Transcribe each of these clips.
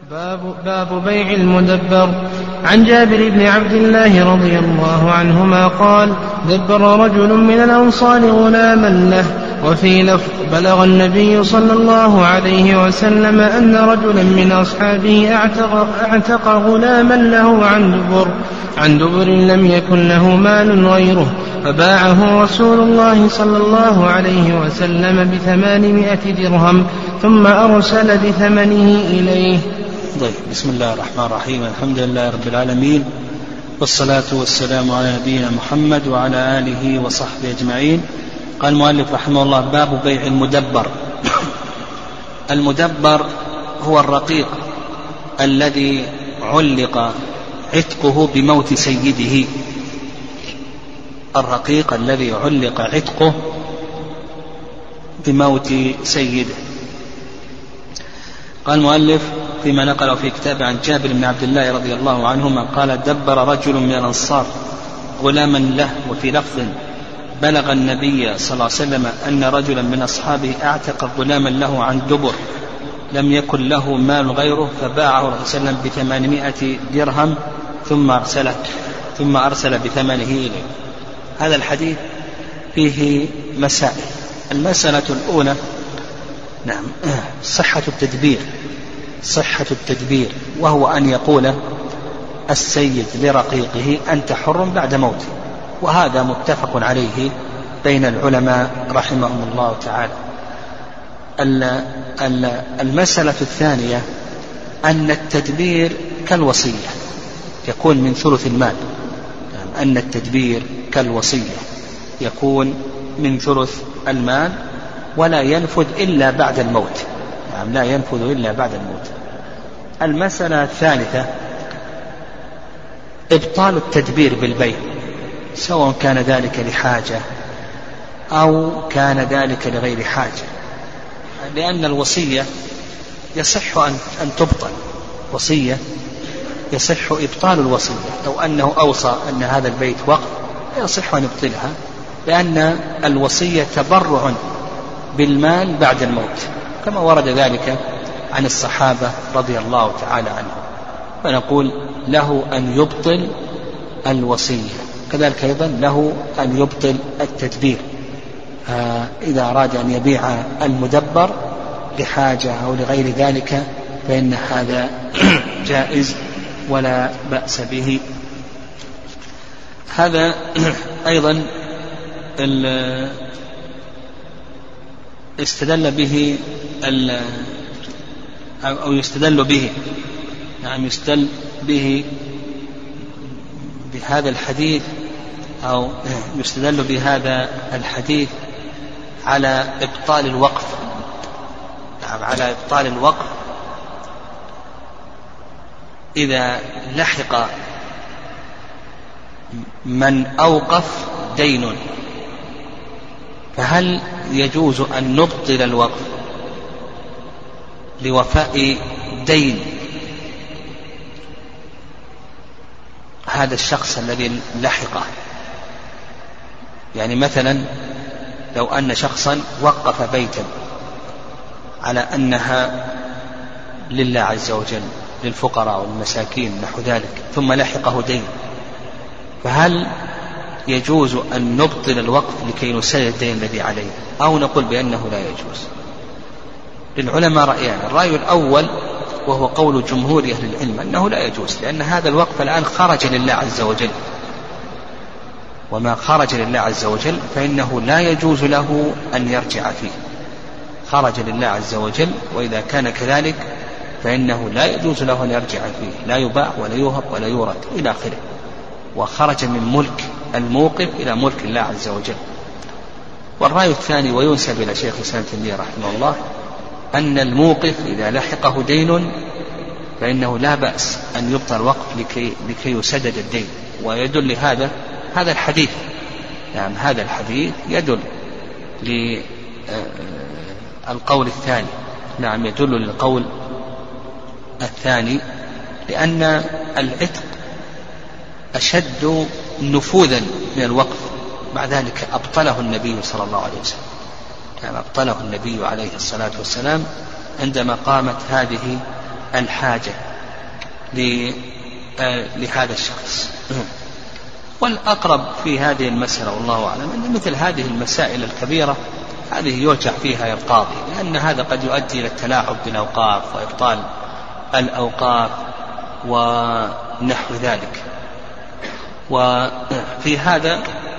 باب بيع المدبر. عن جابر بن عبد الله رضي الله عنهما قال: دبر رجل من الأنصار غلاما له. وفي لفظ: بلغ النبي صلى الله عليه وسلم أن رجلا من أصحابه اعتق غلاما له عن دبر لم يكن له مال غيره، فباعه رسول الله صلى الله عليه وسلم ب800 درهم ثم أرسل بثمنه إليه. بسم الله الرحمن الرحيم. الحمد لله رب العالمين، والصلاة والسلام على نبينا محمد وعلى آله وصحبه أجمعين. قال المؤلف رحمه الله: باب بيع المدبر. المدبر هو الرقيق الذي علق عتقه بموت سيده. الرقيق الذي علق عتقه بموت سيده. قال المؤلف فيما نقله في كتابه عن جابر بن عبد الله رضي الله عنهما قال: دبر رجل من الأنصار غلاما له. وفي لفظ: بلغ النبي صلى الله عليه وسلم أن رجلا من أصحابه اعتق غلاما له عن دبر لم يكن له مال غيره، فباعه رسول الله صلى الله عليه وسلم ب800 درهم ثم أرسل بثمنه إليه. هذا الحديث فيه مسائل. المسألة الأولى صحة التدبير، وهو أن يقول السيد لرقيقه: أنت حر بعد موته، وهذا متفق عليه بين العلماء رحمهم الله تعالى. المسألة الثانية أن التدبير كالوصية، يكون من ثلث المال. أن التدبير كالوصية يكون من ثلث المال ولا ينفذ إلا بعد الموت. لا ينفذ إلا بعد الموت. المسألة الثالثة إبطال التدبير بالبيع، سواء كان ذلك لحاجة أو كان ذلك لغير حاجة، لأن الوصية يصح أن تبطل. وصية يصح إبطال الوصية، لو أنه أوصى أن هذا البيت وقف يصح أن يبطلها، لأن الوصية تبرع بالمال بعد الموت، كما ورد ذلك عن الصحابة رضي الله تعالى عنهم. فنقول له أن يبطل الوصية، كذلك أيضا له أن يبطل التدبير إذا أراد أن يبيع المدبر لحاجة أو لغير ذلك، فإن هذا جائز ولا بأس به. هذا أيضا استدل به أو يستدل به يستدل به بهذا الحديث، أو يستدل بهذا الحديث على إبطال الوقف. على إبطال الوقف إذا لحق من أوقف دين، فهل يجوز أن نبطل الوقف لوفاء دين هذا الشخص الذي لحقه؟ يعني مثلا لو أن شخصا وقف بيتا على أنها لله عز وجل للفقراء والمساكين نحو ذلك، ثم لحقه دين، فهل يجوز أن نبطل الوقف لكي نسدد الدين الذي عليه، أو نقول بأنه لا يجوز؟ للعلماء رأيان. الرأي الأول وهو قول جمهور أهل العلم أنه لا يجوز، لأن هذا الوقف الآن خرج لله عز وجل، وما خرج لله عز وجل فإنه لا يجوز له أن يرجع فيه. خرج لله عز وجل، وإذا كان كذلك فإنه لا يجوز له أن يرجع فيه، لا يباع ولا يوهب ولا يورد إلى آخره، وخرج من ملك الموقف إلى ملك الله عز وجل. والرأي الثاني وينسب إلى شيخ الإسلام ابن تيمية رحمه الله أن الموقف إذا لحقه دين فإنه لا بأس أن يبطل الوقف لكي يسدد الدين. ويدل لهذا هذا الحديث، هذا الحديث يدل للقول الثاني. يدل للقول الثاني، لأن العتق أشد نفوذا من الوقف. مع ذلك أبطله النبي صلى الله عليه وسلم، أبطله النبي عليه الصلاة والسلام عندما قامت هذه الحاجة لهذا الشخص. والأقرب في هذه المسألة والله أعلم أن مثل هذه المسائل الكبيرة هذه يرجع فيها القاضي، لأن هذا قد يؤدي إلى التلاعب بالأوقاف وإبطال الأوقاف ونحو ذلك. وفي هذا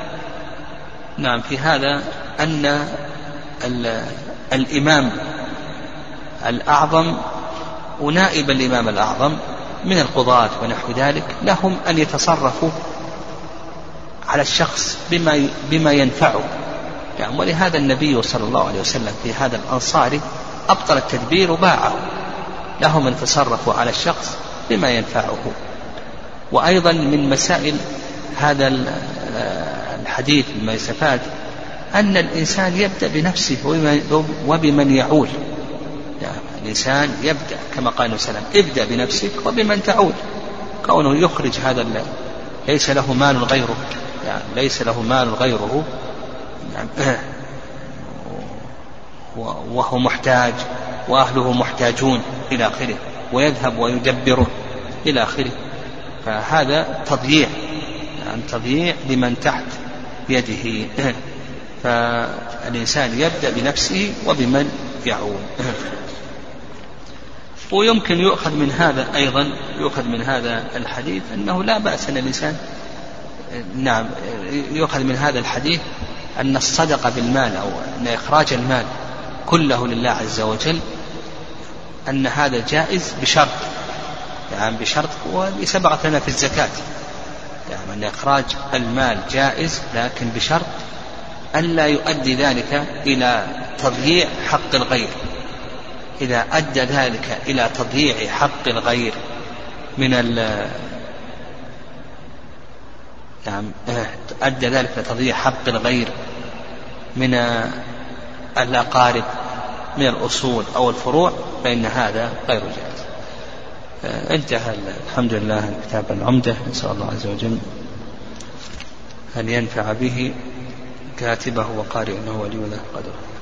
في هذا أن الإمام الأعظم ونائب الإمام الأعظم من القضاة ونحو ذلك لهم أن يتصرفوا على الشخص بما ينفعه. ولهذا النبي صلى الله عليه وسلم في هذا الأنصاري أبطل التدبير وباعه، لهم أن يتصرفوا على الشخص بما ينفعه. وأيضا من مسائل هذا الحديث مما يستفاد أن الإنسان يبدأ بنفسه وبمن يعول. الإنسان يبدأ كما قال النبي صلى الله عليه وسلم ابدأ بنفسك وبمن تعول. كونه يخرج هذا ليس له مال غيره، ليس له مال غيره وهو محتاج وأهله محتاجون إلى آخره، ويذهب ويدبره إلى آخره، فهذا تضييع تضييع لمن تحت يده. فالإنسان يبدأ بنفسه وبمن يعول. ويمكن يؤخذ من هذا أيضا من هذا الحديث أنه لا بأس أن الإنسان يؤخذ من هذا الحديث أن الصدقة بالمال أو أن إخراج المال كله لله عز وجل أن هذا جائز بشرط، بشرط وسبقت لنا في الزكاة، أن إخراج المال جائز لكن بشرط أن لا يؤدي ذلك إلى تضييع حق الغير. إذا أدى ذلك إلى تضييع حق الغير من أدى ذلك إلى تضييع حق الغير من الأقارب من الأصول أو الفروع فإن هذا غير جائز. انتهى الحمد لله كتاب العمدة، نسأل الله عز وجل أن ينفع به كاتبه وقارئه ولي له قدره.